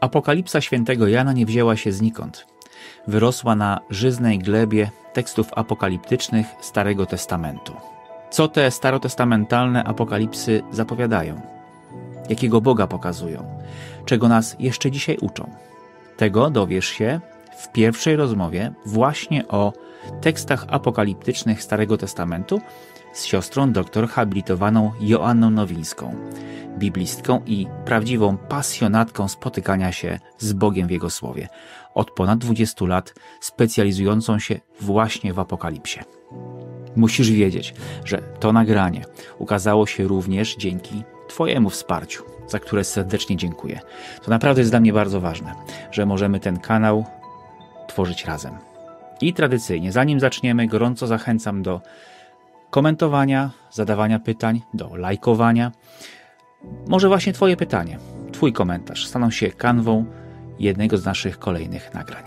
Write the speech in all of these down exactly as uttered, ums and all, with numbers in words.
Apokalipsa świętego Jana nie wzięła się znikąd. Wyrosła na żyznej glebie tekstów apokaliptycznych Starego Testamentu. Co te starotestamentalne apokalipsy zapowiadają? Jakiego Boga pokazują? Czego nas jeszcze dzisiaj uczą? Tego dowiesz się w pierwszej rozmowie właśnie o tekstach apokaliptycznych Starego Testamentu z siostrą doktor habilitowaną Joanną Nowińską, biblistką i prawdziwą pasjonatką spotykania się z Bogiem w Jego Słowie, od ponad dwudziestu lat specjalizującą się właśnie w apokalipsie. Musisz wiedzieć, że to nagranie ukazało się również dzięki Twojemu wsparciu, za które serdecznie dziękuję. To naprawdę jest dla mnie bardzo ważne, że możemy ten kanał tworzyć razem. I tradycyjnie, zanim zaczniemy, gorąco zachęcam do komentowania, zadawania pytań, do lajkowania. Może właśnie Twoje pytanie, Twój komentarz staną się kanwą jednego z naszych kolejnych nagrań.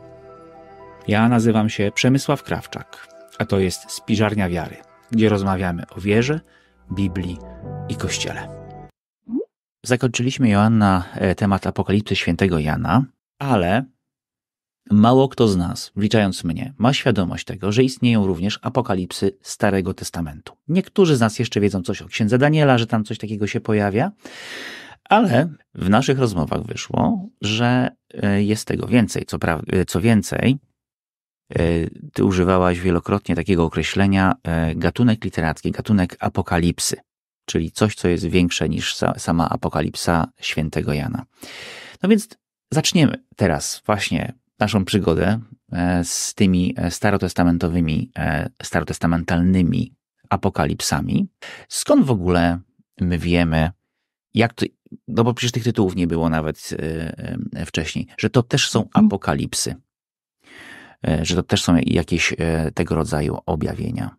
Ja nazywam się Przemysław Krawczak, a to jest Spiżarnia Wiary, gdzie rozmawiamy o wierze, Biblii i Kościele. Zakończyliśmy, Joanna, temat Apokalipsy świętego Jana, ale mało kto z nas, wliczając mnie, ma świadomość tego, że istnieją również apokalipsy Starego Testamentu. Niektórzy z nas jeszcze wiedzą coś o księdze Daniela, że tam coś takiego się pojawia, ale w naszych rozmowach wyszło, że jest tego więcej. Co, pra- co więcej, ty używałaś wielokrotnie takiego określenia gatunek literacki, gatunek apokalipsy, czyli coś, co jest większe niż sa- sama apokalipsa świętego Jana. No więc zaczniemy teraz właśnie naszą przygodę z tymi starotestamentowymi, starotestamentalnymi apokalipsami. Skąd w ogóle my wiemy, jak to, no bo przecież tych tytułów nie było nawet wcześniej, że to też są apokalipsy, że to też są jakieś tego rodzaju objawienia.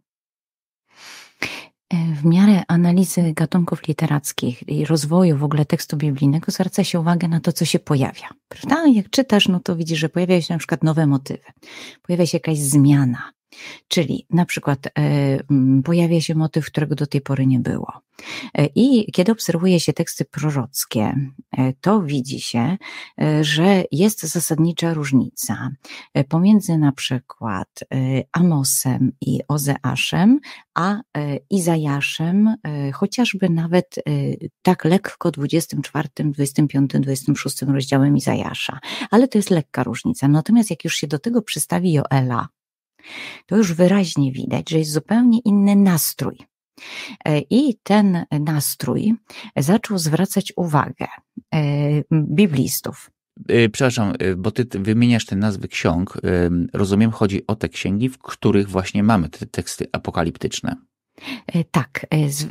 W miarę analizy gatunków literackich i rozwoju w ogóle tekstu biblijnego zwraca się uwagę na to, co się pojawia. Prawda? Jak czytasz, no to widzisz, że pojawiają się na przykład nowe motywy. Pojawia się jakaś zmiana. Czyli na przykład y, pojawia się motyw, którego do tej pory nie było. Y, I kiedy obserwuje się teksty prorockie, y, to widzi się, y, że jest zasadnicza różnica y, pomiędzy na przykład y, Amosem i Ozeaszem, a y, Izajaszem, y, chociażby nawet y, tak lekko dwudziestym czwartym, dwudziestym piątym, dwudziestym szóstym rozdziałem Izajasza. Ale to jest lekka różnica. Natomiast jak już się do tego przystawi Joela, to już wyraźnie widać, że jest zupełnie inny nastrój. I ten nastrój zaczął zwracać uwagę biblistów. Przepraszam, bo ty wymieniasz te nazwy ksiąg. Rozumiem, chodzi o te księgi, w których właśnie mamy te teksty apokaliptyczne. Tak,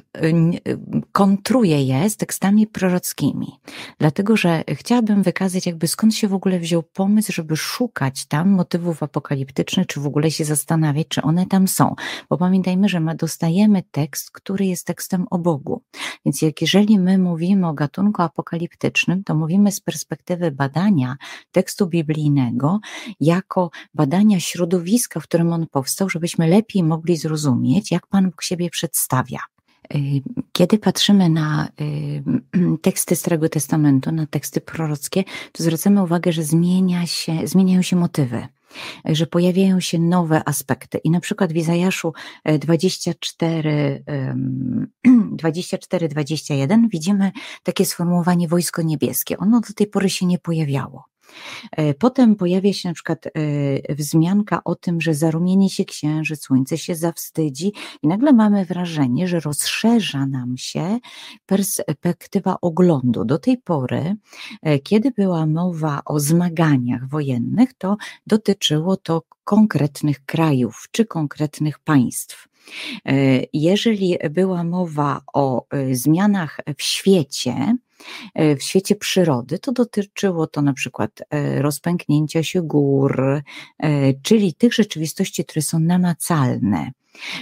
kontruję je z tekstami prorockimi, dlatego że chciałabym wykazać, jakby skąd się w ogóle wziął pomysł, żeby szukać tam motywów apokaliptycznych, czy w ogóle się zastanawiać, czy one tam są. Bo pamiętajmy, że my dostajemy tekst, który jest tekstem o Bogu. Więc jak jeżeli my mówimy o gatunku apokaliptycznym, to mówimy z perspektywy badania tekstu biblijnego, jako badania środowiska, w którym on powstał, żebyśmy lepiej mogli zrozumieć, jak Pan Bóg siebie przedstawia. Kiedy patrzymy na teksty Starego Testamentu, na teksty prorockie, to zwracamy uwagę, że zmienia się, zmieniają się motywy, że pojawiają się nowe aspekty. I na przykład w Izajaszu dwadzieścia cztery, dwadzieścia cztery, dwadzieścia jeden widzimy takie sformułowanie wojsko niebieskie. Ono do tej pory się nie pojawiało. Potem pojawia się na przykład wzmianka o tym, że zarumieni się księżyc, słońce się zawstydzi i nagle mamy wrażenie, że rozszerza nam się perspektywa oglądu. Do tej pory, kiedy była mowa o zmaganiach wojennych, to dotyczyło to konkretnych krajów czy konkretnych państw. Jeżeli była mowa o zmianach w świecie, w świecie przyrody, to dotyczyło to na przykład rozpęknięcia się gór, czyli tych rzeczywistości, które są namacalne.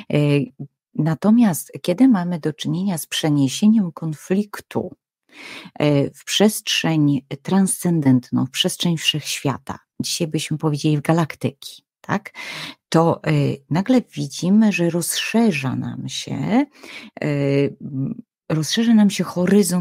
Natomiast kiedy mamy do czynienia z przeniesieniem konfliktu w przestrzeń transcendentną, w przestrzeń wszechświata, dzisiaj byśmy powiedzieli w galaktyki, tak? To y, nagle widzimy, że rozszerza nam się, y, rozszerza nam się horyzont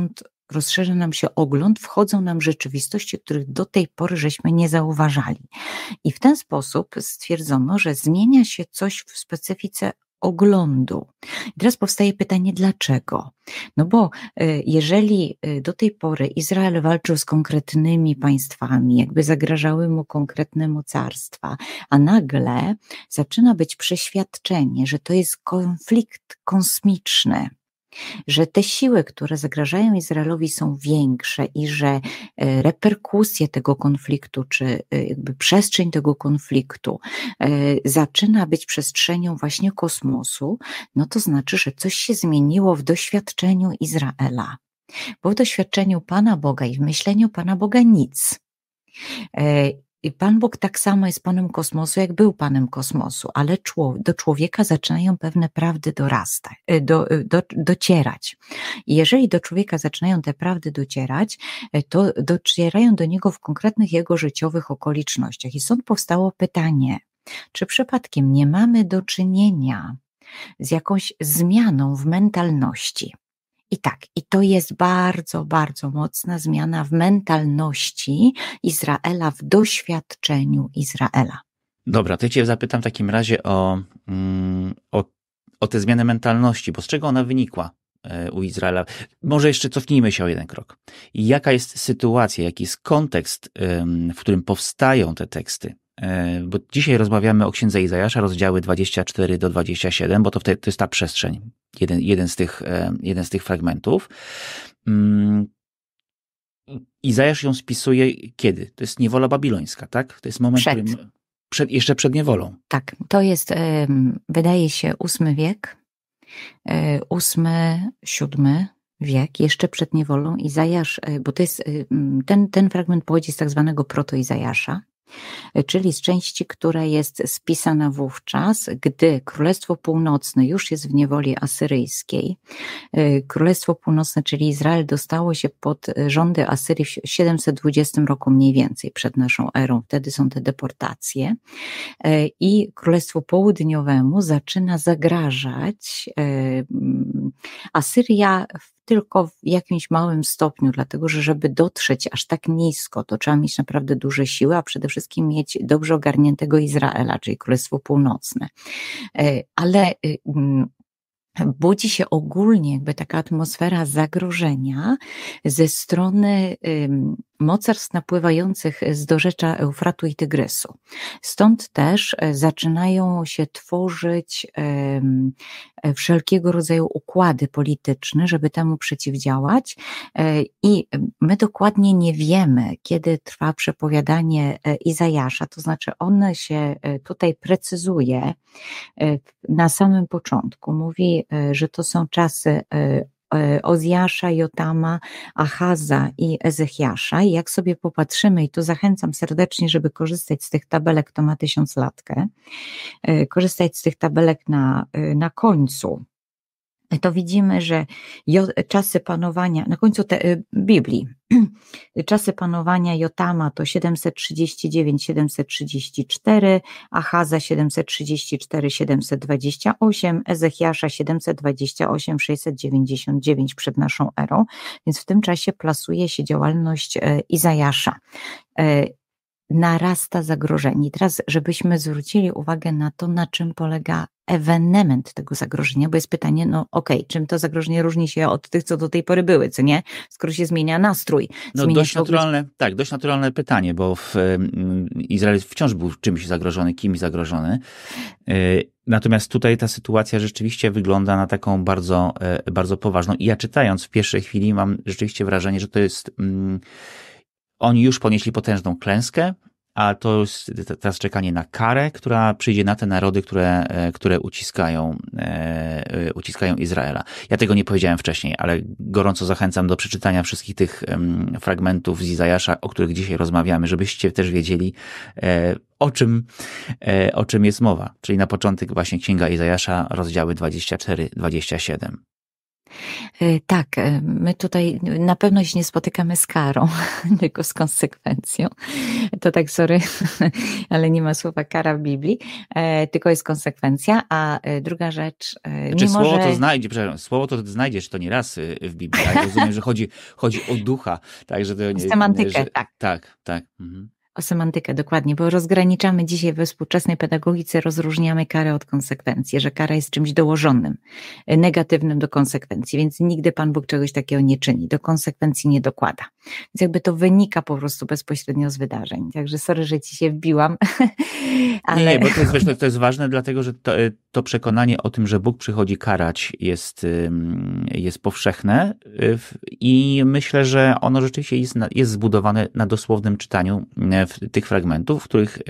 rozszerza nam się ogląd, wchodzą nam rzeczywistości, których do tej pory żeśmy nie zauważali. I w ten sposób stwierdzono, że zmienia się coś w specyfice oglądu. I teraz powstaje pytanie, dlaczego? No bo jeżeli do tej pory Izrael walczył z konkretnymi państwami, jakby zagrażały mu konkretne mocarstwa, a nagle zaczyna być przeświadczenie, że to jest konflikt kosmiczny, że te siły, które zagrażają Izraelowi, są większe i że reperkusje tego konfliktu, czy jakby przestrzeń tego konfliktu zaczyna być przestrzenią właśnie kosmosu, no to znaczy, że coś się zmieniło w doświadczeniu Izraela. Bo w doświadczeniu Pana Boga i w myśleniu Pana Boga nic. I Pan Bóg tak samo jest Panem kosmosu, jak był Panem kosmosu, ale do człowieka zaczynają pewne prawdy dorastać, do, do, docierać. I jeżeli do człowieka zaczynają te prawdy docierać, to docierają do niego w konkretnych jego życiowych okolicznościach. I stąd powstało pytanie, czy przypadkiem nie mamy do czynienia z jakąś zmianą w mentalności? I tak, i to jest bardzo, bardzo mocna zmiana w mentalności Izraela, w doświadczeniu Izraela. Dobra, to cię zapytam w takim razie o, o, o tę zmianę mentalności, bo z czego ona wynikła u Izraela? Może jeszcze cofnijmy się o jeden krok. Jaka jest sytuacja, jaki jest kontekst, w którym powstają te teksty? Bo dzisiaj rozmawiamy o księdze Izajasza, rozdziały dwadzieścia cztery do dwudziestego siódmego, bo to, to jest ta przestrzeń, jeden, jeden, z tych, jeden z tych fragmentów. Izajasz ją spisuje kiedy? To jest niewola babilońska, tak? To jest moment, przed. Którym, przed, jeszcze przed niewolą. Tak, to jest, wydaje się, ósmy wiek, ósmy, siódmy wiek, jeszcze przed niewolą. Izajasz, bo to jest, ten, ten fragment pochodzi z tak zwanego proto-Izajasza, czyli z części, która jest spisana wówczas, gdy Królestwo Północne już jest w niewoli asyryjskiej. Królestwo Północne, czyli Izrael, dostało się pod rządy Asyrii w siedemset dwudziestym roku mniej więcej przed naszą erą. Wtedy są te deportacje. I Królestwu Południowemu zaczyna zagrażać Asyria tylko w jakimś małym stopniu, dlatego że żeby dotrzeć aż tak nisko, to trzeba mieć naprawdę duże siły, a przede wszystkim mieć dobrze ogarniętego Izraela, czyli Królestwo Północne. Ale budzi się ogólnie jakby taka atmosfera zagrożenia ze strony mocarstw napływających z dorzecza Eufratu i Tygrysu. Stąd też zaczynają się tworzyć wszelkiego rodzaju układy polityczne, żeby temu przeciwdziałać, i my dokładnie nie wiemy, kiedy trwa przepowiadanie Izajasza, to znaczy on się tutaj precyzuje na samym początku. Mówi, że to są czasy Ozjasza, Jotama, Achaza i Ezechiasza. I jak sobie popatrzymy, i tu zachęcam serdecznie, żeby korzystać z tych tabelek, kto ma tysiąclatkę, korzystać z tych tabelek na, na końcu, to widzimy, że czasy panowania, na końcu te, Biblii, czasy panowania Jotama to siedemset trzydzieści dziewięć do siedemset trzydzieści cztery, Achaza siedemset trzydzieści cztery do siedemset dwadzieścia osiem, Ezechiasza siedemset dwadzieścia osiem do sześćset dziewięćdziesiąt dziewięć przed naszą erą, więc w tym czasie plasuje się działalność Izajasza. Narasta zagrożenie. I teraz, żebyśmy zwrócili uwagę na to, na czym polega ewenement tego zagrożenia, bo jest pytanie, no okej, okay, czym to zagrożenie różni się od tych, co do tej pory były, co nie? Skoro się zmienia nastrój. No zmienia dość naturalne, ogóle... tak, dość naturalne pytanie, bo w, Izrael wciąż był czymś zagrożony, kimś zagrożony. Natomiast tutaj ta sytuacja rzeczywiście wygląda na taką bardzo, bardzo poważną. I ja czytając w pierwszej chwili mam rzeczywiście wrażenie, że to jest... Mm, Oni już ponieśli potężną klęskę, a to jest teraz czekanie na karę, która przyjdzie na te narody, które, które uciskają, e, uciskają Izraela. Ja tego nie powiedziałem wcześniej, ale gorąco zachęcam do przeczytania wszystkich tych um, fragmentów z Izajasza, o których dzisiaj rozmawiamy, żebyście też wiedzieli, e, o czym, e, o czym jest mowa. Czyli na początek właśnie Księga Izajasza, rozdziały dwadzieścia cztery do dwudziestego siódmego. Tak, my tutaj na pewno się nie spotykamy z karą, tylko z konsekwencją. To tak, sorry, ale nie ma słowa kara w Biblii, tylko jest konsekwencja. A druga rzecz, Znaczy, mimo słowo że... to znajdzie, przepraszam, słowo to znajdziesz to nie raz w Biblii, ale rozumiem, że chodzi, chodzi o ducha. Tak, że to nie, Semantykę, że, tak. Tak, tak. Mhm. O semantykę, dokładnie, bo rozgraniczamy dzisiaj we współczesnej pedagogice, rozróżniamy karę od konsekwencji, że kara jest czymś dołożonym, negatywnym do konsekwencji, więc nigdy Pan Bóg czegoś takiego nie czyni, do konsekwencji nie dokłada. Więc jakby to wynika po prostu bezpośrednio z wydarzeń. Także sorry, że ci się wbiłam. Ale... Nie, nie, bo to jest, wiesz, to jest ważne, dlatego że to, to przekonanie o tym, że Bóg przychodzi karać, jest, jest powszechne i myślę, że ono rzeczywiście jest, jest zbudowane na dosłownym czytaniu tych fragmentów, w których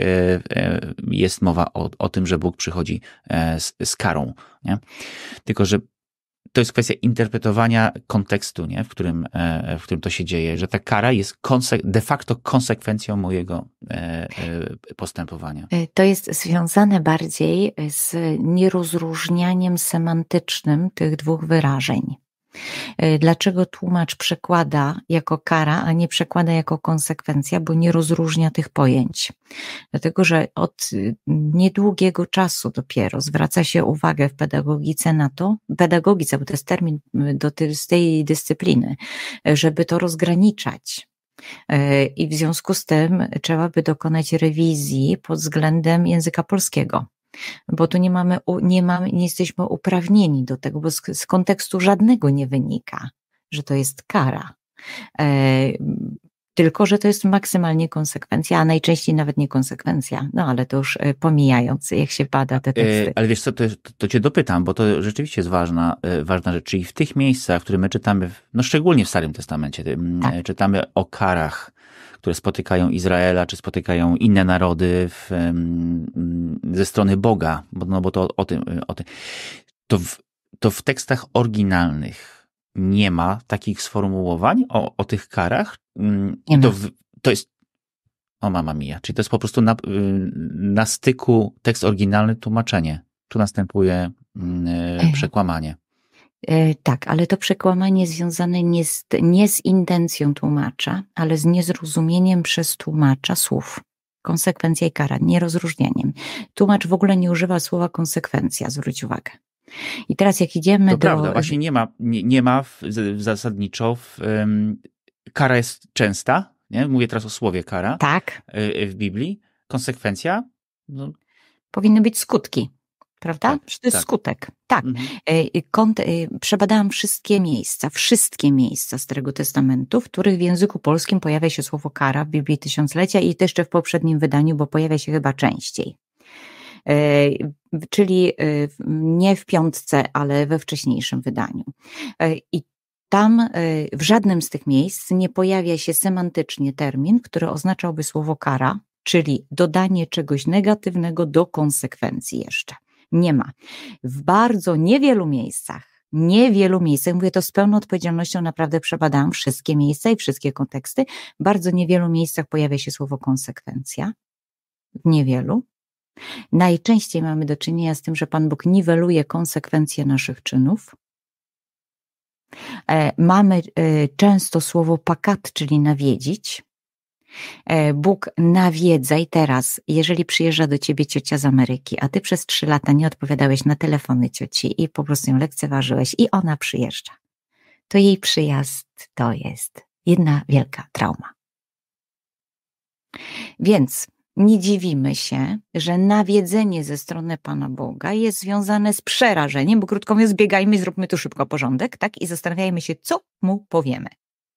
jest mowa o, o tym, że Bóg przychodzi z, z karą. Nie? Tylko, że to jest kwestia interpretowania kontekstu, nie? W, którym, w którym to się dzieje, że ta kara jest de facto konsekwencją mojego postępowania. To jest związane bardziej z nierozróżnianiem semantycznym tych dwóch wyrażeń. Dlaczego tłumacz przekłada jako kara, a nie przekłada jako konsekwencja, bo nie rozróżnia tych pojęć. Dlatego, że od niedługiego czasu dopiero zwraca się uwagę w pedagogice na to, pedagogice, bo to jest termin do z tej dyscypliny, żeby to rozgraniczać. I w związku z tym trzeba by dokonać rewizji pod względem języka polskiego. Bo tu nie mamy, nie mamy, nie jesteśmy uprawnieni do tego, bo z, z kontekstu żadnego nie wynika, że to jest kara. E, tylko, że to jest maksymalnie konsekwencja, a najczęściej nawet nie konsekwencja. No ale to już pomijając, jak się bada te teksty. E, ale wiesz co, to, to cię dopytam, bo to rzeczywiście jest ważna, ważna rzecz. Czyli w tych miejscach, w których my czytamy, no szczególnie w Starym Testamencie, tak. czytamy o karach, które spotykają Izraela, czy spotykają inne narody w, ze strony Boga, bo, no bo to o tym, o tym. To, w, to w tekstach oryginalnych nie ma takich sformułowań o, o tych karach. Nie to, ma. W, to jest, o mama mia, czyli to jest po prostu na, na styku tekst oryginalny, tłumaczenie. Tu następuje y, przekłamanie. Tak, ale to przekłamanie związane nie z, nie z intencją tłumacza, ale z niezrozumieniem przez tłumacza słów. Konsekwencja i kara, nierozróżnieniem. Tłumacz w ogóle nie używa słowa konsekwencja, zwróć uwagę. I teraz jak idziemy to do... prawda, właśnie nie ma, nie, nie ma w, w zasadniczo, w, um, kara jest częsta, nie? Mówię teraz o słowie kara. Tak. W Biblii. Konsekwencja? No. Powinny być skutki. Prawda? Tak, to jest tak. skutek. Tak. Mhm. Kont- przebadałam wszystkie miejsca, wszystkie miejsca Starego Testamentu, w których w języku polskim pojawia się słowo kara w Biblii Tysiąclecia i to jeszcze w poprzednim wydaniu, bo pojawia się chyba częściej. Czyli nie w piątce, ale we wcześniejszym wydaniu. I tam w żadnym z tych miejsc nie pojawia się semantycznie termin, który oznaczałby słowo kara, czyli dodanie czegoś negatywnego do konsekwencji jeszcze. Nie ma. W bardzo niewielu miejscach, niewielu miejscach, mówię to z pełną odpowiedzialnością, naprawdę przebadałam wszystkie miejsca i wszystkie konteksty, w bardzo niewielu miejscach pojawia się słowo konsekwencja. W niewielu. Najczęściej mamy do czynienia z tym, że Pan Bóg niweluje konsekwencje naszych czynów. Mamy często słowo pakat, czyli nawiedzić. Bóg nawiedza i teraz, jeżeli przyjeżdża do ciebie ciocia z Ameryki, a ty przez trzy lata nie odpowiadałeś na telefony cioci i po prostu ją lekceważyłeś i ona przyjeżdża, to jej przyjazd to jest jedna wielka trauma. Więc nie dziwimy się, że nawiedzenie ze strony Pana Boga jest związane z przerażeniem, bo krótko mówiąc, biegajmy, zróbmy tu szybko porządek, tak? I zastanawiajmy się, co mu powiemy.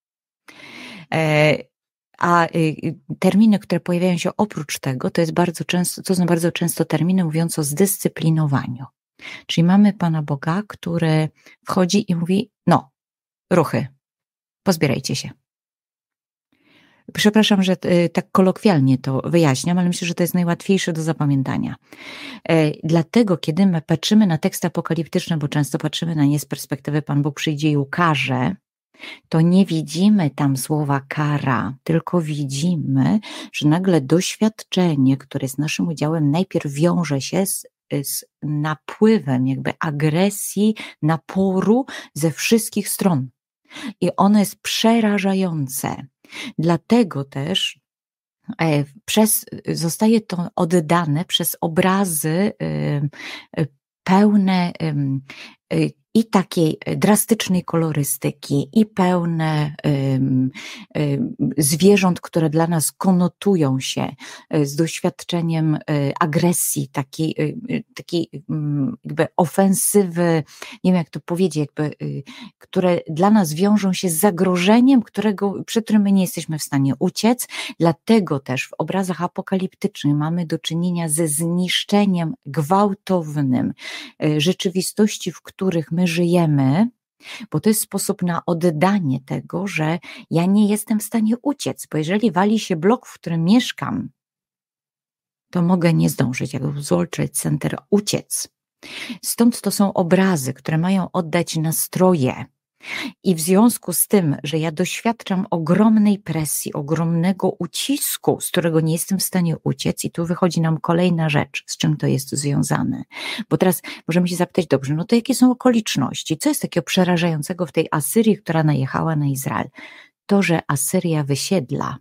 E, A terminy, które pojawiają się oprócz tego, to jest bardzo często, to są bardzo często terminy mówiące o zdyscyplinowaniu. Czyli mamy Pana Boga, który wchodzi i mówi, no, ruchy, pozbierajcie się. Przepraszam, że tak kolokwialnie to wyjaśniam, ale myślę, że to jest najłatwiejsze do zapamiętania. Dlatego, kiedy my patrzymy na teksty apokaliptyczne, bo często patrzymy na nie z perspektywy Pan Bóg przyjdzie i ukaże, to nie widzimy tam słowa kara, tylko widzimy, że nagle doświadczenie, które jest naszym udziałem, najpierw wiąże się z z napływem jakby agresji, naporu ze wszystkich stron. I ono jest przerażające. Dlatego też przez, zostaje to oddane przez obrazy pełne i takiej drastycznej kolorystyki, i pełne um, um, zwierząt, które dla nas konotują się z doświadczeniem agresji, takiej, takiej jakby ofensywy, nie wiem jak to powiedzieć, jakby, które dla nas wiążą się z zagrożeniem, którego, przed którym my nie jesteśmy w stanie uciec. Dlatego też w obrazach apokaliptycznych mamy do czynienia ze zniszczeniem gwałtownym rzeczywistości, w których my żyjemy, bo to jest sposób na oddanie tego, że ja nie jestem w stanie uciec, bo jeżeli wali się blok, w którym mieszkam, to mogę nie zdążyć, jak w World Trade Center, uciec. Stąd to są obrazy, które mają oddać nastroje. I w związku z tym, że ja doświadczam ogromnej presji, ogromnego ucisku, z którego nie jestem w stanie uciec, i tu wychodzi nam kolejna rzecz, z czym to jest związane. Bo teraz możemy się zapytać, dobrze, no to jakie są okoliczności? Co jest takiego przerażającego w tej Asyrii, która najechała na Izrael? To, że Asyria wysiedla.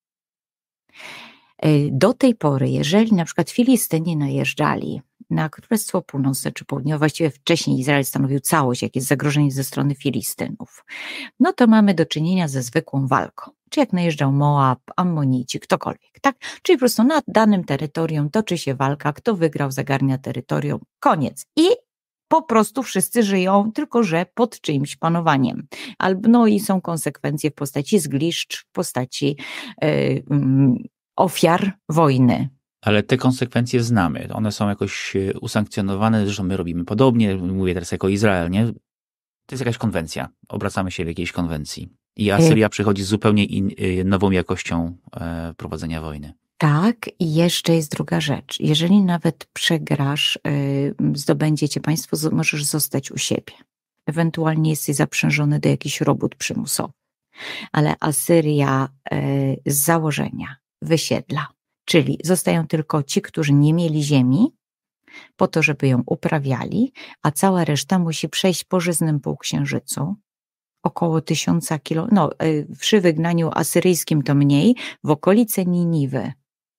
Do tej pory, jeżeli na przykład Filistyni najeżdżali na Królestwo Północne czy Południowe, właściwie wcześniej Izrael stanowił całość, jak jest zagrożenie ze strony Filistynów, no to mamy do czynienia ze zwykłą walką. Czy jak najeżdżał Moab, Ammonici, ktokolwiek, tak? Czyli po prostu na danym terytorium toczy się walka, kto wygrał, zagarnia terytorium, koniec. I po prostu wszyscy żyją, tylko że pod czyimś panowaniem. Albo, no i są konsekwencje w postaci zgliszcz, w postaci yy, yy, ofiar wojny. Ale te konsekwencje znamy. One są jakoś usankcjonowane, zresztą my robimy podobnie, mówię teraz jako Izrael, nie? To jest jakaś konwencja. Obracamy się w jakiejś konwencji. I Asyria przychodzi z zupełnie in, nową jakością e, prowadzenia wojny. Tak, i jeszcze jest druga rzecz. Jeżeli nawet przegrasz, yy, zdobędziecie państwo, możesz zostać u siebie. Ewentualnie jesteś zaprzężony do jakichś robót przymusowych. Ale Asyria yy, z założenia wysiedla. Czyli zostają tylko ci, którzy nie mieli ziemi, po to, żeby ją uprawiali, a cała reszta musi przejść po żyznym półksiężycu, około tysiąca kilo, no przy wygnaniu asyryjskim to mniej, w okolice Niniwy.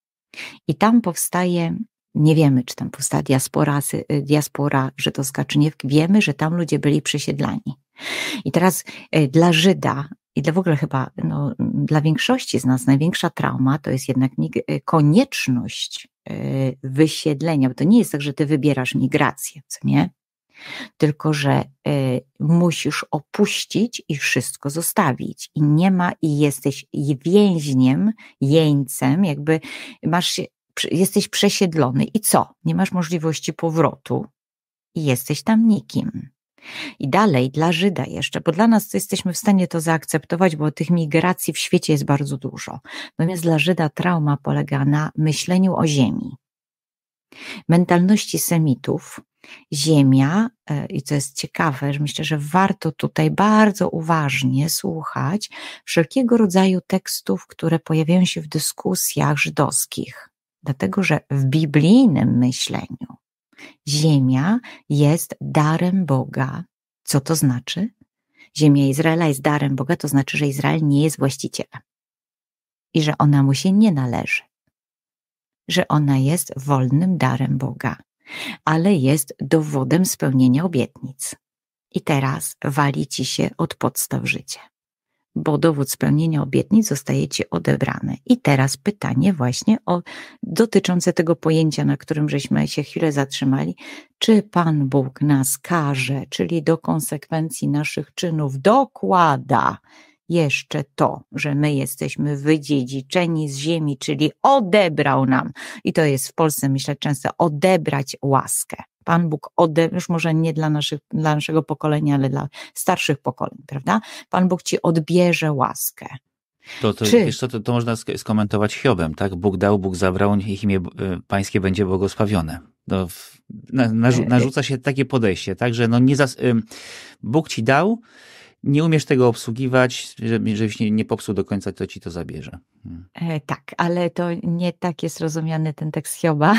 I tam powstaje, nie wiemy, czy tam powstała diaspora, diaspora żydowska, czy nie, wiemy, że tam ludzie byli przesiedlani. I teraz dla Żyda, i dla w ogóle chyba no, dla większości z nas największa trauma to jest jednak konieczność wysiedlenia, bo to nie jest tak, że ty wybierasz migrację, co nie? Tylko, że y, musisz opuścić i wszystko zostawić. I nie ma, i jesteś więźniem, jeńcem, jakby masz się, jesteś przesiedlony. I co? Nie masz możliwości powrotu i jesteś tam nikim. I dalej dla Żyda jeszcze, bo dla nas to jesteśmy w stanie to zaakceptować, bo tych migracji w świecie jest bardzo dużo. Natomiast dla Żyda trauma polega na myśleniu o ziemi. Mentalności Semitów, ziemia, i co jest ciekawe, że myślę, że warto tutaj bardzo uważnie słuchać wszelkiego rodzaju tekstów, które pojawiają się w dyskusjach żydowskich. Dlatego, że w biblijnym myśleniu ziemia jest darem Boga. Co to znaczy? Ziemia Izraela jest darem Boga, to znaczy, że Izrael nie jest właścicielem i że ona mu się nie należy, że ona jest wolnym darem Boga, ale jest dowodem spełnienia obietnic. I teraz wali ci się od podstaw życia, bo dowód spełnienia obietnic zostaje ci odebrany. I teraz pytanie właśnie o, dotyczące tego pojęcia, na którym żeśmy się chwilę zatrzymali. Czy Pan Bóg nas karze, czyli do konsekwencji naszych czynów dokłada jeszcze to, że my jesteśmy wydziedziczeni z ziemi, czyli odebrał nam, i to jest w Polsce, myślę, często odebrać łaskę. Pan Bóg ode, już może nie dla, naszych, dla naszego pokolenia, ale dla starszych pokoleń, prawda? Pan Bóg ci odbierze łaskę. To, to, Czy... wiesz co, to, to można skomentować Hiobem, tak? Bóg dał, Bóg zabrał, ich imię pańskie będzie błogosławione. To na, narzu, narzuca się takie podejście, tak? Że no nie zas, Bóg ci dał, nie umiesz tego obsługiwać, żeby- żebyś nie, nie popsuł do końca, to ci to zabierze. Hmm. E, tak, ale to nie tak jest rozumiany ten tekst Hioba,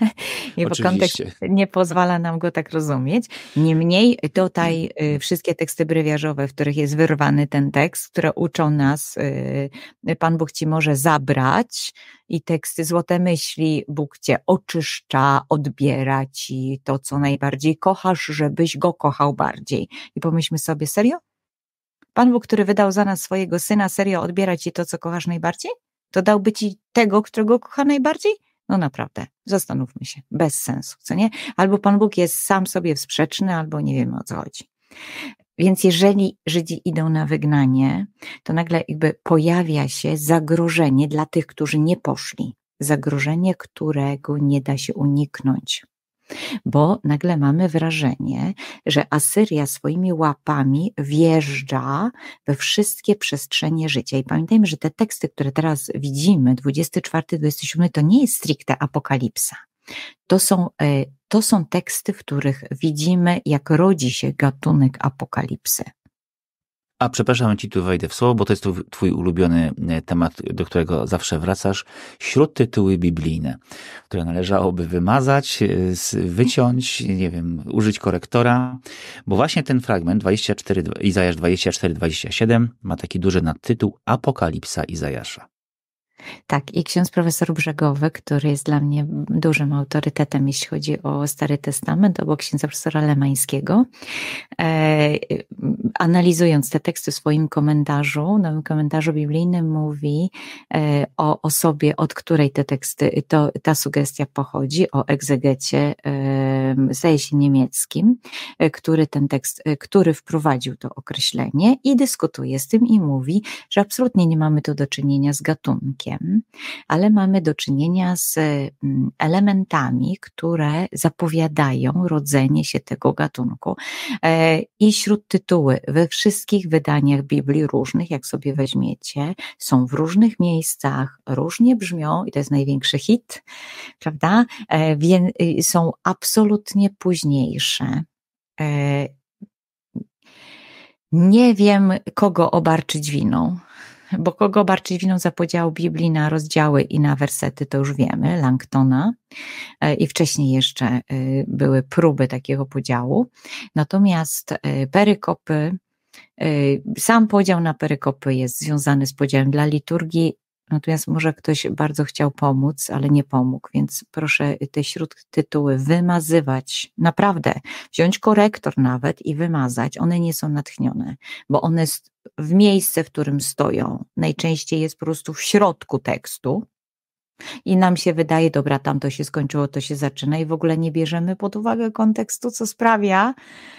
i bo kontekst Oczywiście. nie pozwala nam go tak rozumieć. Niemniej tutaj y, wszystkie teksty brewiarzowe, w których jest wyrwany ten tekst, które uczą nas, y, Pan Bóg ci może zabrać, i teksty złote myśli, Bóg cię oczyszcza, odbiera ci to, co najbardziej kochasz, żebyś go kochał bardziej. I pomyślmy sobie, serio? Pan Bóg, który wydał za nas swojego Syna, serio odbiera ci to, co kochasz najbardziej? To dałby ci tego, którego kocha najbardziej? No naprawdę, zastanówmy się, bez sensu, co nie? Albo Pan Bóg jest sam sobie sprzeczny, albo nie wiemy, o co chodzi. Więc jeżeli Żydzi idą na wygnanie, to nagle jakby pojawia się zagrożenie dla tych, którzy nie poszli. Zagrożenie, którego nie da się uniknąć. Bo nagle mamy wrażenie, że Asyria swoimi łapami wjeżdża we wszystkie przestrzenie życia. I pamiętajmy, że te teksty, które teraz widzimy, dwudziesty czwarty, dwudziesty siódmy, to nie jest stricte apokalipsa. To są, e, to są teksty, w których widzimy, jak rodzi się gatunek apokalipsy. A przepraszam, ci tu wejdę w słowo, bo to jest tu twój ulubiony e, temat, do którego zawsze wracasz. Śródtytuły biblijne, które należałoby wymazać, e, z- wyciąć, nie wiem, użyć korektora, bo właśnie ten fragment dwadzieścia cztery, Izajasz dwadzieścia cztery, dwadzieścia siedem ma taki duży nadtytuł Apokalipsa Izajasza. Tak, i ksiądz profesor Brzegowy, który jest dla mnie dużym autorytetem, jeśli chodzi o Stary Testament, obok księdza profesora Lemańskiego, e, analizując te teksty w swoim komentarzu, nowym komentarzu biblijnym, mówi e, o osobie, od której te teksty, to, ta sugestia pochodzi, o egzegecie, e, zdaje się niemieckim, e, który ten tekst, e, który wprowadził to określenie i dyskutuje z tym i mówi, że absolutnie nie mamy tu do czynienia z gatunkiem, ale mamy do czynienia z mm, elementami, które zapowiadają rodzenie się tego gatunku. E, I śródtytuły we wszystkich wydaniach Biblii różnych, jak sobie weźmiecie, są w różnych miejscach, różnie brzmią i to jest największy hit, prawda? E, Więc y, są absolutnie późniejsze. E, Nie wiem, kogo obarczyć winą, bo kogo obarczyć winą za podział Biblii na rozdziały i na wersety, to już wiemy, Langtona, e, i wcześniej jeszcze e, były próby takiego podziału. Natomiast e, perykopy, e, sam podział na perykopy jest związany z podziałem dla liturgii, natomiast może ktoś bardzo chciał pomóc, ale nie pomógł, więc proszę te śródtytuły wymazywać, naprawdę, wziąć korektor nawet i wymazać. One nie są natchnione, bo one st- w miejsce, w którym stoją, najczęściej jest po prostu w środku tekstu i nam się wydaje, dobra, tam to się skończyło, to się zaczyna i w ogóle nie bierzemy pod uwagę kontekstu, co sprawia,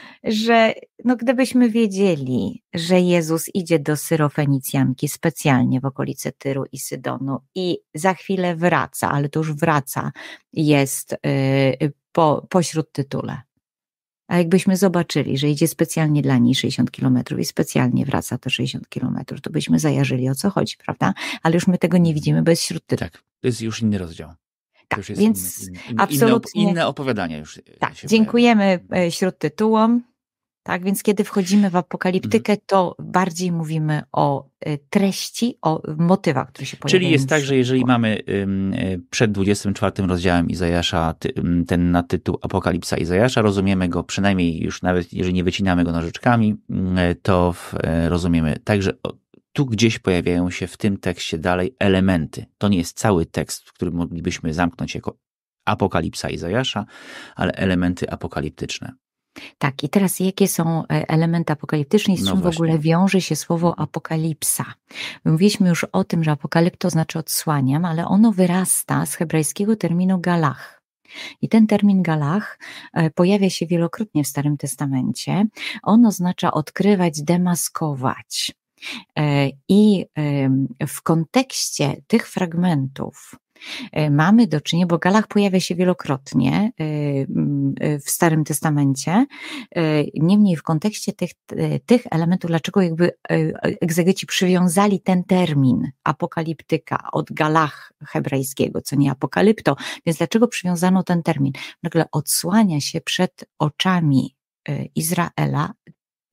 że no gdybyśmy wiedzieli, że Jezus idzie do Syrofenicjanki specjalnie w okolice Tyru i Sydonu i za chwilę wraca, ale to już wraca, jest yy, po, po śródtytule. A jakbyśmy zobaczyli, że idzie specjalnie dla niej sześćdziesiąt kilometrów i specjalnie wraca te sześćdziesiąt kilometrów, to byśmy zajarzyli, o co chodzi, prawda? Ale już my tego nie widzimy, bo jest śródtytuł. Tak, to jest już inny rozdział. To Tak, już jest więc inne, inne, absolutnie- inne, inne opowiadania już się Tak, pojawiają. dziękujemy e, śródtytułom. Tak, więc kiedy wchodzimy w apokaliptykę, to bardziej mówimy o e, treści, o motywach, które się pojawiają. Czyli jest w tak, że jeżeli środku. mamy ym, y, przed dwudziestym czwartym rozdziałem Izajasza ty, ym, ten nadtytuł Apokalipsa Izajasza, rozumiemy go przynajmniej już nawet jeżeli nie wycinamy go nożyczkami, y, to w, y, rozumiemy tak, że o, tu gdzieś pojawiają się w tym tekście dalej elementy. To nie jest cały tekst, który moglibyśmy zamknąć jako Apokalipsa Izajasza, ale elementy apokaliptyczne. Tak, i teraz jakie są e, elementy apokaliptyczne i z No czym w właśnie. ogóle wiąże się słowo apokalipsa? Mówiliśmy już o tym, że apokalipto znaczy odsłaniam, ale ono wyrasta z hebrajskiego terminu galach. I ten termin galach e, pojawia się wielokrotnie w Starym Testamencie. On oznacza odkrywać, demaskować. E, I em, w kontekście tych fragmentów e, mamy do czynienia, bo galach pojawia się wielokrotnie e, m, e, w Starym Testamencie, e, niemniej w kontekście tych, e, tych elementów, dlaczego jakby e, egzegeci przywiązali ten termin apokaliptyka od galach hebrajskiego, co nie apokalipto, więc dlaczego przywiązano ten termin? Nagle odsłania się przed oczami e, Izraela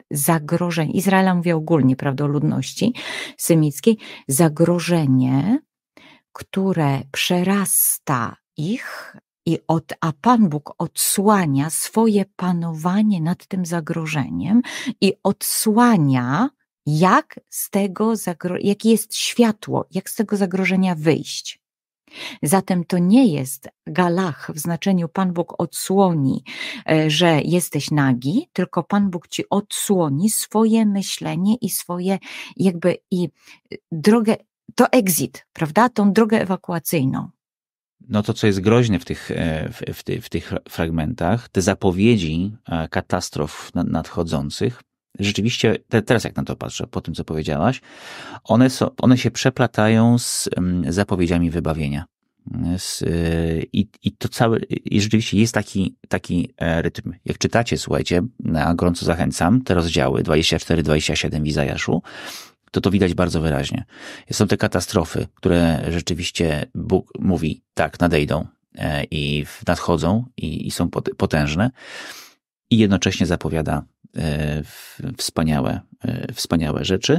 zagrożenie, Izraela mówię ogólnie, prawda, o ludności semickiej, zagrożenie, które przerasta ich, i od, a Pan Bóg odsłania swoje panowanie nad tym zagrożeniem i odsłania, jak z tego zagro- jakie jest światło, jak z tego zagrożenia wyjść. Zatem to nie jest galach w znaczeniu Pan Bóg odsłoni, że jesteś nagi, tylko Pan Bóg ci odsłoni swoje myślenie i swoje jakby i drogę, to exit, prawda? Tą drogę ewakuacyjną. No to, co jest groźne w tych, w, w, ty, w tych fragmentach, te zapowiedzi katastrof nadchodzących, rzeczywiście, te, teraz jak na to patrzę, po tym, co powiedziałaś, one, są, one się przeplatają z zapowiedziami wybawienia. Z, i, I to całe, i rzeczywiście jest taki, taki rytm. Jak czytacie, słuchajcie, ja gorąco zachęcam, te rozdziały dwadzieścia cztery dwadzieścia siedem w Izajaszu, to to widać bardzo wyraźnie. Są te katastrofy, które rzeczywiście Bóg mówi, tak, nadejdą i nadchodzą i, i są potężne, i jednocześnie zapowiada wspaniałe, wspaniałe rzeczy.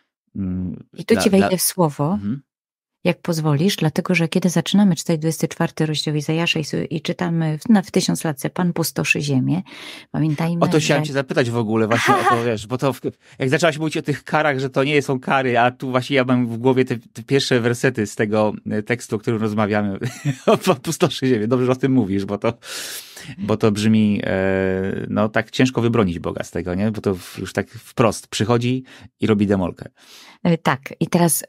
I tu dla, ci wejdę dla... w słowo, mhm. jak pozwolisz, dlatego, że kiedy zaczynamy czytać dwudziesty czwarty rozdział Izajasza i, i czytamy w, na, w tysiąclatce Pan pustoszy ziemię, pamiętajmy, O to chciałem że... cię zapytać w ogóle właśnie o to, wiesz, bo to jak zaczęłaś mówić o tych karach, że to nie są kary, a tu właśnie ja mam w głowie te, te pierwsze wersety z tego tekstu, o którym rozmawiamy, o pustoszy ziemię. Dobrze, że o tym mówisz, bo to, bo to brzmi, e, no tak ciężko wybronić Boga z tego, nie? Bo to już tak wprost przychodzi i robi demolkę. Tak, i teraz,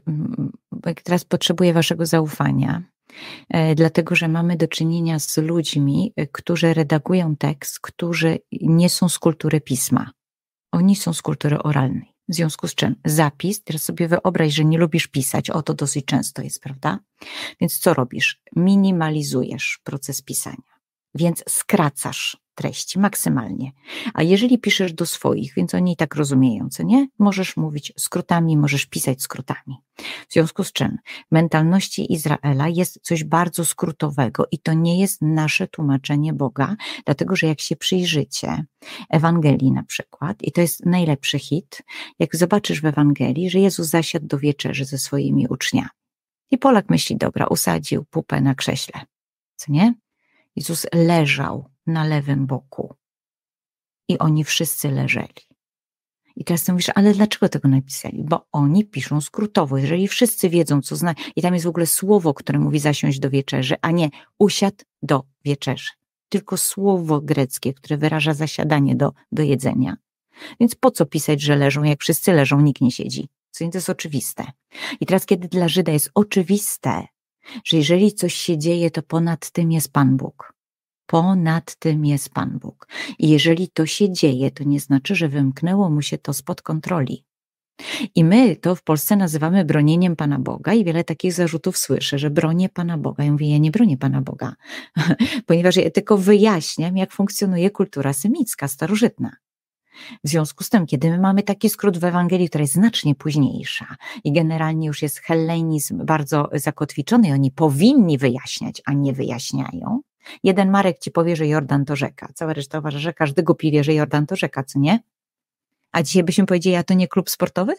teraz potrzebuję waszego zaufania, dlatego że mamy do czynienia z ludźmi, którzy redagują tekst, którzy nie są z kultury pisma. Oni są z kultury oralnej. W związku z czym zapis, teraz sobie wyobraź, że nie lubisz pisać, o to dosyć często jest, prawda? Więc co robisz? Minimalizujesz proces pisania, więc skracasz treści maksymalnie. A jeżeli piszesz do swoich, więc oni i tak rozumieją, co nie? Możesz mówić skrótami, możesz pisać skrótami. W związku z czym w mentalności Izraela jest coś bardzo skrótowego i to nie jest nasze tłumaczenie Boga, dlatego że jak się przyjrzycie Ewangelii na przykład, i to jest najlepszy hit, jak zobaczysz w Ewangelii, że Jezus zasiadł do wieczerzy ze swoimi uczniami. I Polak myśli, dobra, usadził pupę na krześle, co nie? Jezus leżał na lewym boku i oni wszyscy leżeli. I teraz ty mówisz, ale dlaczego tego napisali? Bo oni piszą skrótowo. Jeżeli wszyscy wiedzą, co znaczy, i tam jest w ogóle słowo, które mówi zasiąść do wieczerzy, a nie usiadł do wieczerzy. Tylko słowo greckie, które wyraża zasiadanie do, do jedzenia. Więc po co pisać, że leżą, jak wszyscy leżą, nikt nie siedzi. Co to jest oczywiste. I teraz, kiedy dla Żyda jest oczywiste, że jeżeli coś się dzieje, to ponad tym jest Pan Bóg. Ponad tym jest Pan Bóg. I jeżeli to się dzieje, to nie znaczy, że wymknęło mu się to spod kontroli. I my to w Polsce nazywamy bronieniem Pana Boga i wiele takich zarzutów słyszę, że bronię Pana Boga. Ja mówię, ja nie bronię Pana Boga, ponieważ ja tylko wyjaśniam, jak funkcjonuje kultura semicka, starożytna. W związku z tym, kiedy my mamy taki skrót w Ewangelii, która jest znacznie późniejsza i generalnie już jest hellenizm bardzo zakotwiczony i oni powinni wyjaśniać, a nie wyjaśniają. Jeden Marek ci powie, że Jordan to rzeka, cała reszta uważa, że każdy głupi wie, że Jordan to rzeka, co nie? A dzisiaj byśmy powiedzieli, a to nie klub sportowy?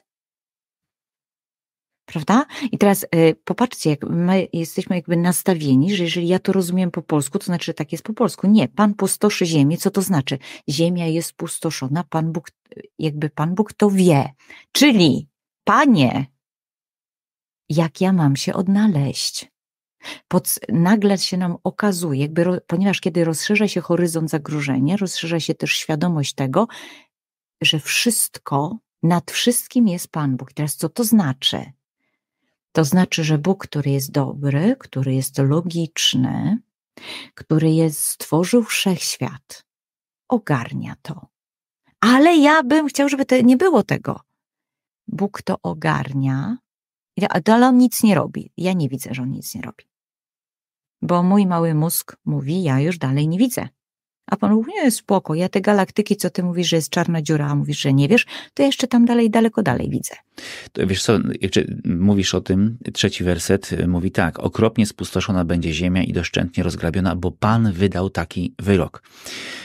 Prawda? I teraz y, popatrzcie, jak my jesteśmy jakby nastawieni, że jeżeli ja to rozumiem po polsku, to znaczy, że tak jest po polsku. Nie, Pan pustoszy ziemię, co to znaczy? Ziemia jest pustoszona, Pan Bóg, jakby Pan Bóg to wie. Czyli, Panie, jak ja mam się odnaleźć? Pod, nagle się nam okazuje, jakby, ro, ponieważ kiedy rozszerza się horyzont zagrożenia, rozszerza się też świadomość tego, że wszystko, nad wszystkim jest Pan Bóg. Teraz co to znaczy? To znaczy, że Bóg, który jest dobry, który jest logiczny, który jest, stworzył wszechświat, ogarnia to. Ale ja bym chciał, żeby to nie było tego. Bóg to ogarnia, ale on nic nie robi. Ja nie widzę, że on nic nie robi. Bo mój mały mózg mówi, ja już dalej nie widzę. A Pan mówi, nie, spoko, ja te galaktyki, co ty mówisz, że jest czarna dziura, a mówisz, że nie wiesz, to ja jeszcze tam dalej, daleko dalej widzę. To wiesz co, jak mówisz o tym, trzeci werset mówi tak, okropnie spustoszona będzie ziemia i doszczętnie rozgrabiona, bo Pan wydał taki wyrok.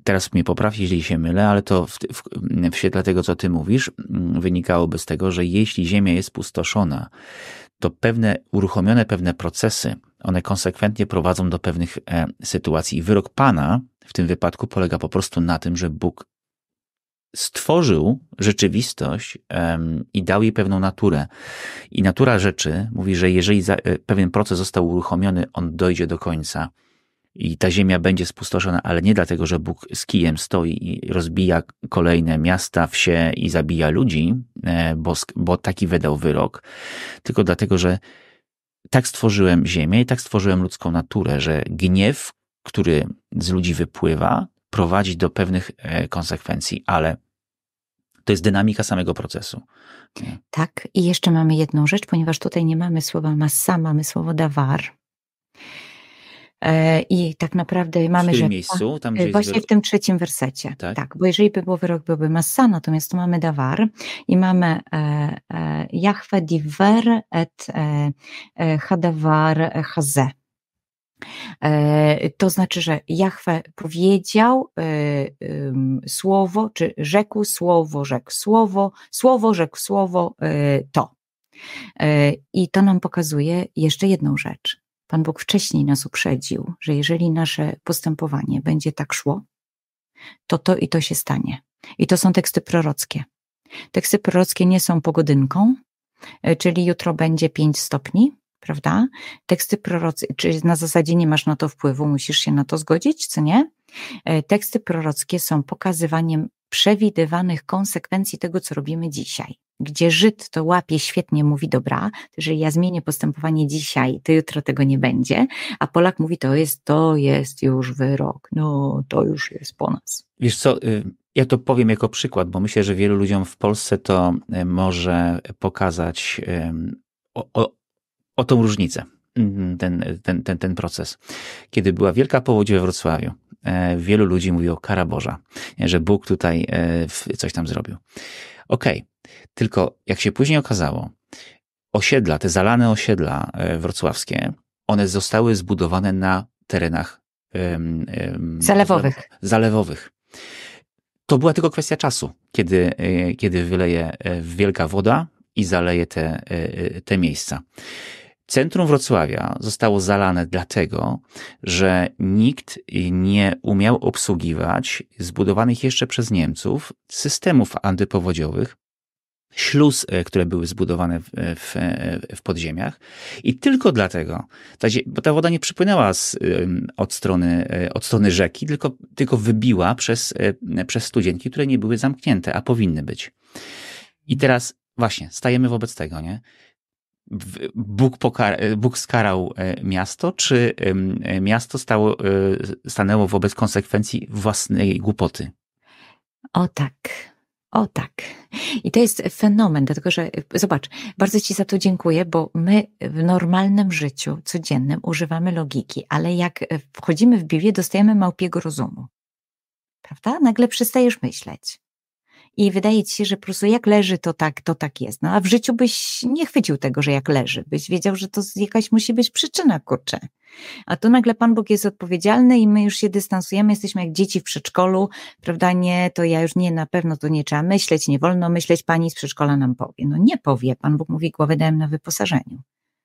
teraz mnie popraw, jeśli się mylę, ale to w, w, w świetle tego, co ty mówisz, wynikałoby z tego, że jeśli Ziemia jest pustoszona, to pewne, uruchomione pewne procesy, one konsekwentnie prowadzą do pewnych e, sytuacji. Wyrok Pana w tym wypadku polega po prostu na tym, że Bóg stworzył rzeczywistość um, i dał jej pewną naturę. I natura rzeczy mówi, że jeżeli za, e, pewien proces został uruchomiony, on dojdzie do końca i ta ziemia będzie spustoszona, ale nie dlatego, że Bóg z kijem stoi i rozbija kolejne miasta, wsie i zabija ludzi, e, bo, bo taki wydał wyrok, tylko dlatego, że tak stworzyłem ziemię i tak stworzyłem ludzką naturę, że gniew, który z ludzi wypływa, prowadzi do pewnych e, konsekwencji, ale to jest dynamika samego procesu. Nie? Tak, i jeszcze mamy jedną rzecz, ponieważ tutaj nie mamy słowa massa, mamy słowo dawar. E, I tak naprawdę mamy, w którym że miejscu? Tam, gdzie właśnie jest w tym trzecim wersecie. tak? tak, bo jeżeli by było wyrok, byłby massa, natomiast tu mamy dawar i mamy e, e, Jahwe diver et e, e, hadavar haze. To znaczy, że Jahwe powiedział y, y, słowo, czy rzekł słowo, rzekł słowo, słowo rzekł słowo y, to. Y, I to nam pokazuje jeszcze jedną rzecz. Pan Bóg wcześniej nas uprzedził, że jeżeli nasze postępowanie będzie tak szło, to to i to się stanie. I to są teksty prorockie. Teksty prorockie nie są pogodynką, y, czyli jutro będzie pięć stopni, prawda? Teksty prorockie, czy na zasadzie nie masz na to wpływu, musisz się na to zgodzić, co nie? Teksty prorockie są pokazywaniem przewidywanych konsekwencji tego, co robimy dzisiaj. Gdzie Żyd to łapie, świetnie mówi, dobra, jeżeli ja zmienię postępowanie dzisiaj, to jutro tego nie będzie, a Polak mówi, to jest, to jest już wyrok, no to już jest po nas. Wiesz co, ja to powiem jako przykład, bo myślę, że wielu ludziom w Polsce to może pokazać o, o O tą różnicę, ten, ten, ten, ten proces. Kiedy była wielka powódź we Wrocławiu, wielu ludzi mówiło kara Boża, że Bóg tutaj coś tam zrobił. Okej, okay. Tylko jak się później okazało, osiedla, te zalane osiedla wrocławskie, one zostały zbudowane na terenach um, um, zalewowych. zalewowych. To była tylko kwestia czasu, kiedy, kiedy wyleje wielka woda i zaleje te, te miejsca. Centrum Wrocławia zostało zalane dlatego, że nikt nie umiał obsługiwać zbudowanych jeszcze przez Niemców systemów antypowodziowych, śluz, które były zbudowane w, w, w podziemiach i tylko dlatego, bo ta woda nie przypłynęła z, od, strony, od strony rzeki, tylko, tylko wybiła przez, przez studzienki, które nie były zamknięte, a powinny być. I teraz właśnie stajemy wobec tego, nie? Bóg, pokara, Bóg skarał miasto, czy miasto stało, stanęło wobec konsekwencji własnej głupoty? O tak, o tak. I to jest fenomen, dlatego że zobacz, bardzo Ci za to dziękuję, bo my w normalnym życiu codziennym używamy logiki, ale jak wchodzimy w Biblię, dostajemy małpiego rozumu. Prawda? Nagle przestajesz myśleć. I wydaje ci się, że po prostu jak leży, to tak, to tak jest. No a w życiu byś nie chwycił tego, że jak leży. Byś wiedział, że to jakaś musi być przyczyna, kurczę. A tu nagle Pan Bóg jest odpowiedzialny i my już się dystansujemy, jesteśmy jak dzieci w przedszkolu, prawda? Nie, to ja już nie, na pewno to nie trzeba myśleć, nie wolno myśleć, pani z przedszkola nam powie. No nie powie, Pan Bóg mówi, głowę dałem na wyposażeniu.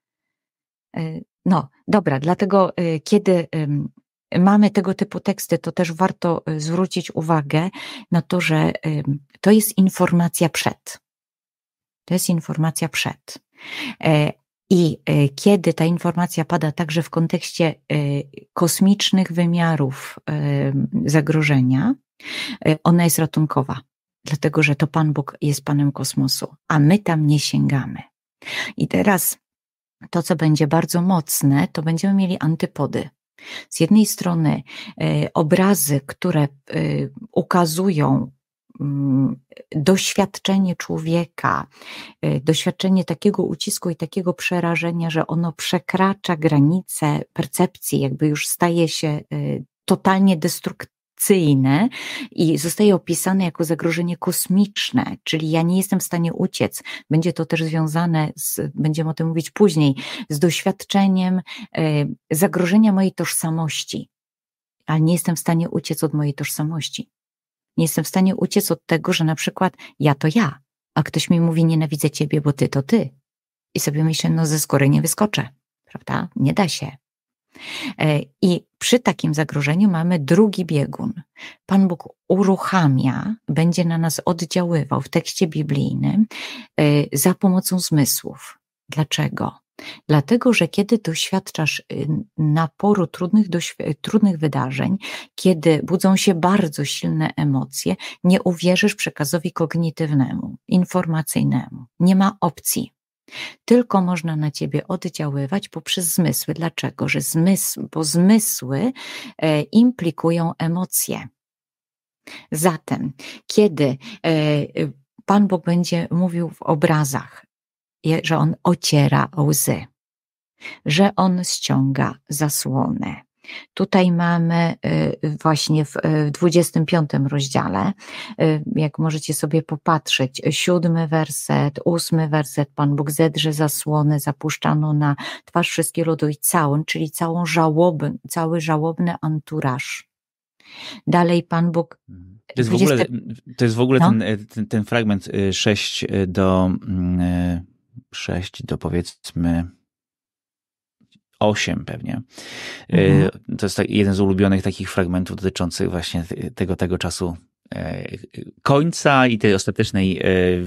No, dobra, dlatego kiedy mamy tego typu teksty, to też warto zwrócić uwagę na to, że to jest informacja przed. To jest informacja przed. I kiedy ta informacja pada także w kontekście kosmicznych wymiarów zagrożenia, ona jest ratunkowa. Dlatego, że to Pan Bóg jest Panem kosmosu, a my tam nie sięgamy. I teraz to, co będzie bardzo mocne, to będziemy mieli antypody. Z jednej strony y, obrazy, które y, ukazują y, doświadczenie człowieka, y, doświadczenie takiego ucisku i takiego przerażenia, że ono przekracza granice percepcji, jakby już staje się y, totalnie destruktywne i zostaje opisane jako zagrożenie kosmiczne, czyli ja nie jestem w stanie uciec. Będzie to też związane, z, będziemy o tym mówić później, z doświadczeniem y, zagrożenia mojej tożsamości. ale nie jestem w stanie uciec od mojej tożsamości. Nie jestem w stanie uciec od tego, że na przykład ja to ja, a ktoś mi mówi nienawidzę ciebie, bo ty to ty. I sobie myślę, no ze skóry nie wyskoczę, prawda? Nie da się. I przy takim zagrożeniu mamy drugi biegun. Pan Bóg uruchamia, będzie na nas oddziaływał w tekście biblijnym za pomocą zmysłów. Dlaczego? Dlatego, że kiedy doświadczasz naporu trudnych, trudnych wydarzeń, kiedy budzą się bardzo silne emocje, nie uwierzysz przekazowi kognitywnemu, informacyjnemu. Nie ma opcji. Tylko można na ciebie oddziaływać poprzez zmysły. Dlaczego? Że zmysł, bo zmysły e, implikują emocje. Zatem, kiedy e, Pan Bóg będzie mówił w obrazach, że On ociera łzy, że On ściąga zasłonę. Tutaj mamy właśnie w dwudziestym piątym rozdziale, jak możecie sobie popatrzeć, siódmy werset, ósmy werset, Pan Bóg zedrze zasłonę, zapuszczano na twarz wszystkie ludu i całą, czyli całą żałobę, cały żałobny anturaż. Dalej Pan Bóg... To jest w ogóle, to jest w ogóle no? ten, ten, ten fragment sześć do, sześć do powiedzmy osiem pewnie. Mhm. To jest jeden z ulubionych takich fragmentów dotyczących właśnie tego, tego czasu końca i tej ostatecznej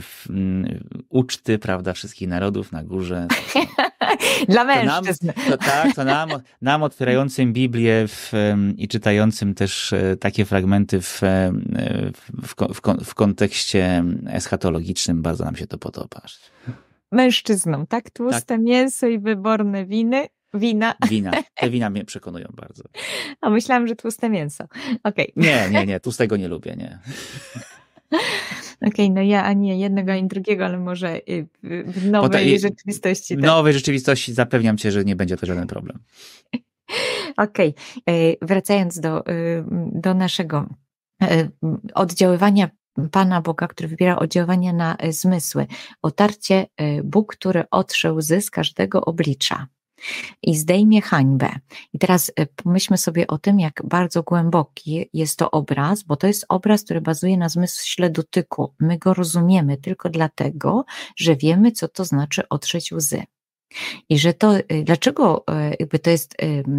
uczty, prawda, wszystkich narodów na górze. Dla mężczyzn. To, nam, to tak, to nam, nam otwierającym Biblię w, i czytającym też takie fragmenty w, w, w, w kontekście eschatologicznym bardzo nam się to podoba. Mężczyznom, tak? Tłuste tak. Mięso i wyborne winy. Wina. Wina. Te wina mnie przekonują bardzo. A myślałam, że tłuste mięso. Okay. Nie, nie, nie. Tłustego nie lubię, nie. Okej, okay, no ja ani jednego, ani drugiego, ale może w nowej ta, rzeczywistości. W tak? nowej rzeczywistości zapewniam cię, że nie będzie to żaden problem. Okej, okay. Wracając do, do naszego oddziaływania Pana Boga, który wybiera oddziaływanie na zmysły. Otarcie Bóg, który otrze łzy z każdego oblicza i zdejmie hańbę. I teraz pomyślmy sobie o tym, jak bardzo głęboki jest to obraz, bo to jest obraz, który bazuje na zmyśle dotyku. My go rozumiemy tylko dlatego, że wiemy, co to znaczy otrzeć łzy. I że to, dlaczego jakby to jest,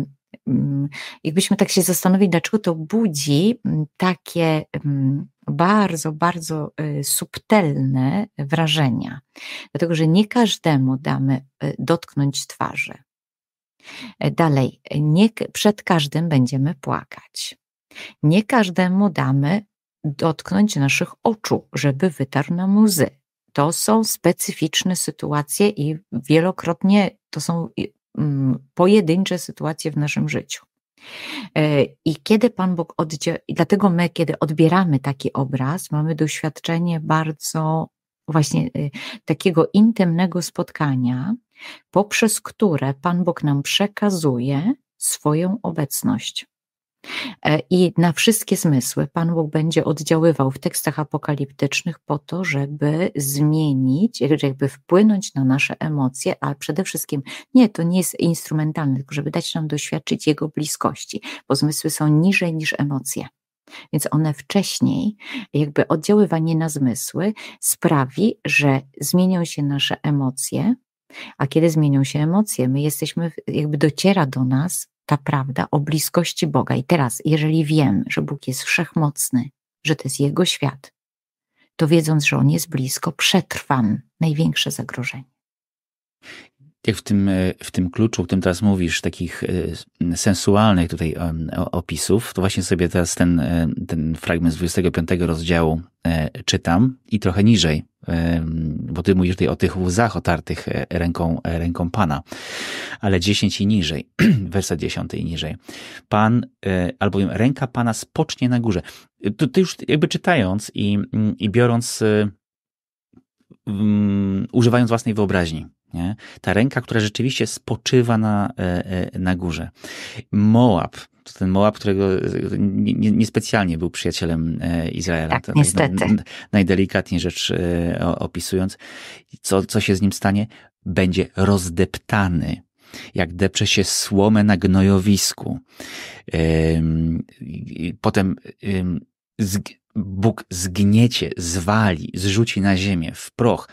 jakbyśmy tak się zastanowili, dlaczego to budzi takie bardzo, bardzo subtelne wrażenia. Dlatego, że nie każdemu damy dotknąć twarzy. Dalej, nie, przed każdym będziemy płakać. Nie każdemu damy dotknąć naszych oczu, żeby wytarł nam łzy. To są specyficzne sytuacje i wielokrotnie to są pojedyncze sytuacje w naszym życiu. I kiedy Pan Bóg oddziela, i dlatego my, kiedy odbieramy taki obraz, mamy doświadczenie bardzo właśnie takiego intymnego spotkania, poprzez które Pan Bóg nam przekazuje swoją obecność. I na wszystkie zmysły Pan Bóg będzie oddziaływał w tekstach apokaliptycznych po to, żeby zmienić, jakby wpłynąć na nasze emocje, ale przede wszystkim nie, to nie jest instrumentalne, tylko żeby dać nam doświadczyć Jego bliskości, bo zmysły są niżej niż emocje. Więc one wcześniej, jakby oddziaływanie na zmysły sprawi, że zmienią się nasze emocje, a kiedy zmienią się emocje, my jesteśmy, jakby dociera do nas ta prawda o bliskości Boga. I teraz, jeżeli wiem, że Bóg jest wszechmocny, że to jest Jego świat, to wiedząc, że On jest blisko, przetrwam największe zagrożenie. Jak w tym, w tym kluczu, o którym teraz mówisz, takich sensualnych tutaj opisów, to właśnie sobie teraz ten, ten fragment z dwudziestego piątego rozdziału czytam i trochę niżej, bo ty mówisz tutaj o tych łzach otartych ręką, ręką Pana, ale dziesięć i niżej, werset dziesiąty i niżej. Pan, albowiem ręka Pana spocznie na górze. To, to już jakby czytając i, i biorąc, um, używając własnej wyobraźni, nie? Ta ręka, która rzeczywiście spoczywa na, na górze. Moab, to ten Moab, którego niespecjalnie nie był przyjacielem Izraela. Tak, tak niestety. Naj, najdelikatniej rzecz opisując. Co, co się z nim stanie? Będzie rozdeptany. jak deprze się słomę na gnojowisku. Potem Bóg zgniecie, zwali, zrzuci na ziemię, w proch.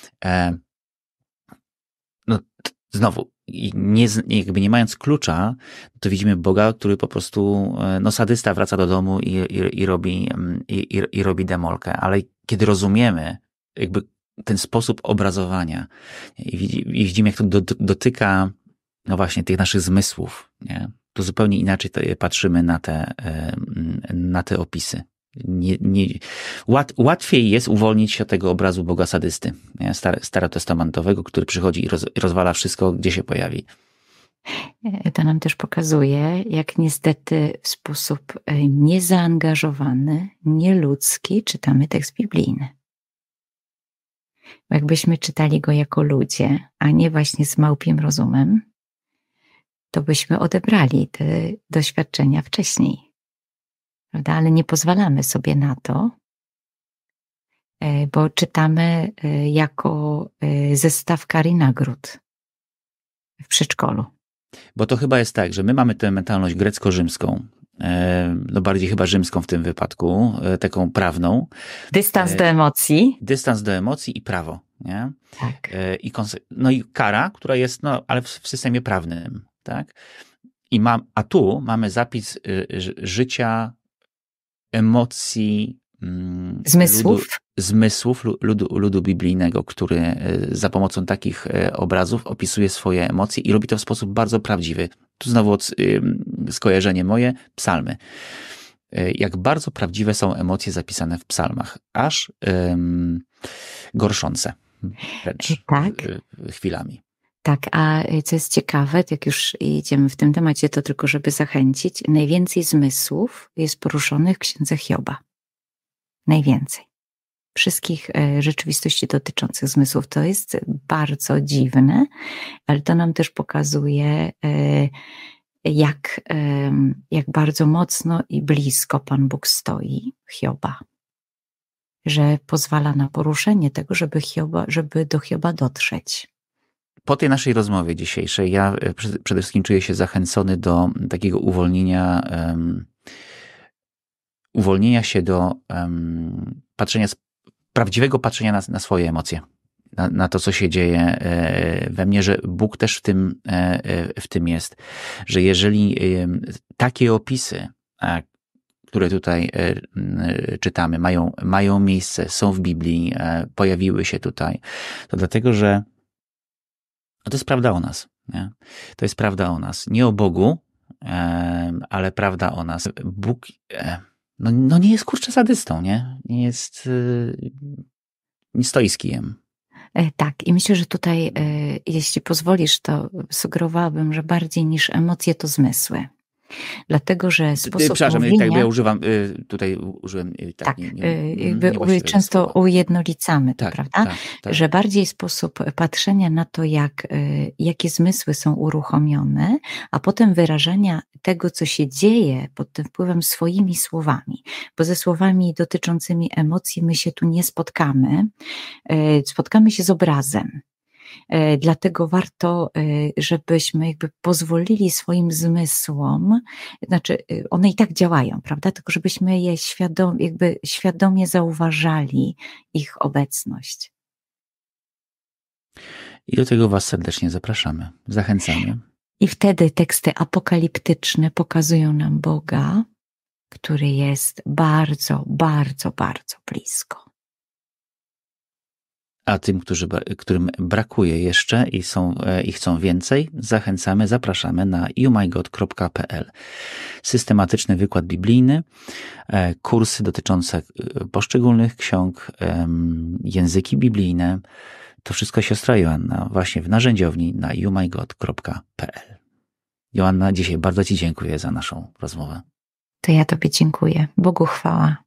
No znowu, nie, jakby nie mając klucza, to widzimy Boga, który po prostu, no sadysta wraca do domu i, i, i, robi, i, i robi demolkę. Ale kiedy rozumiemy jakby ten sposób obrazowania i, i widzimy, jak to do, dotyka no właśnie tych naszych zmysłów, nie? To zupełnie inaczej patrzymy na te, na te opisy. Nie, nie, łat, łatwiej jest uwolnić się od tego obrazu Boga sadysty, nie? Star, starotestamentowego, który przychodzi i roz, rozwala wszystko, gdzie się pojawi. To nam też pokazuje, jak niestety w sposób niezaangażowany, nieludzki czytamy tekst biblijny. Jakbyśmy czytali go jako ludzie, a nie właśnie z małpim rozumem, to byśmy odebrali te doświadczenia wcześniej. Prawda? Ale nie pozwalamy sobie na to, bo czytamy jako zestaw kar i nagród w przedszkolu. Bo to chyba jest tak, że my mamy tę mentalność grecko-rzymską, no bardziej chyba rzymską w tym wypadku, taką prawną. Dystans do emocji. Dystans do emocji i prawo, nie? Tak. I konse- no i kara, która jest, no ale w, w systemie prawnym, tak? I ma, a tu mamy zapis y, życia, emocji, mm, zmysłów, ludu, zmysłów ludu, ludu biblijnego, który y, za pomocą takich y, obrazów opisuje swoje emocje i robi to w sposób bardzo prawdziwy. Tu znowu od, y, skojarzenie moje, psalmy. Y, jak bardzo prawdziwe są emocje zapisane w psalmach, aż y, gorszące wręcz tak. y, chwilami. Tak, a co jest ciekawe, jak już idziemy w tym temacie, to tylko żeby zachęcić, najwięcej zmysłów jest poruszonych w księdze Hioba. Najwięcej. Wszystkich rzeczywistości dotyczących zmysłów. To jest bardzo dziwne, ale to nam też pokazuje, jak, jak bardzo mocno i blisko Pan Bóg stoi Hioba. Że pozwala na poruszenie tego, żeby, Hioba, żeby do Hioba dotrzeć. Po tej naszej rozmowie dzisiejszej ja przede wszystkim czuję się zachęcony do takiego uwolnienia, um, uwolnienia się do um, patrzenia, prawdziwego patrzenia na, na swoje emocje, na, na to, co się dzieje e, we mnie, że Bóg też w tym, e, w tym jest, że jeżeli e, takie opisy, a, które tutaj e, czytamy, mają, mają miejsce, są w Biblii, e, pojawiły się tutaj, to dlatego, że no to jest prawda o nas. Nie? To jest prawda o nas. Nie o Bogu, e, ale prawda o nas. Bóg e, no, no nie jest kurczę sadystą, nie? Nie jest, e, nie stoi z kijem. E, tak, i myślę, że tutaj, e, jeśli pozwolisz, to sugerowałabym, że bardziej niż emocje to zmysły. Dlatego, że sposób Przepraszam, mówienia... tak, bo ja używam, tutaj użyłem... Tak, tak nie, nie, jakby często słowa. Ujednolicamy to, tak, prawda? Tak, tak. Że bardziej sposób patrzenia na to, jak, jakie zmysły są uruchomione, a potem wyrażania tego, co się dzieje pod tym wpływem swoimi słowami. Bo ze słowami dotyczącymi emocji my się tu nie spotkamy. Spotkamy się z obrazem. Dlatego warto, żebyśmy jakby pozwolili swoim zmysłom, znaczy one i tak działają, prawda? Tylko żebyśmy je świadom, jakby świadomie zauważali ich obecność. I do tego was serdecznie zapraszamy, zachęcamy. I wtedy teksty apokaliptyczne pokazują nam Boga, który jest bardzo, bardzo, bardzo blisko. A tym, którzy, którym brakuje jeszcze i, są, i chcą więcej, zachęcamy, zapraszamy na you my god kropka p l. Systematyczny wykład biblijny, kursy dotyczące poszczególnych ksiąg, języki biblijne. To wszystko siostra Joanna właśnie w narzędziowni na you my god kropka p l. Joanna, dzisiaj bardzo ci dziękuję za naszą rozmowę. To ja tobie dziękuję. Bogu chwała.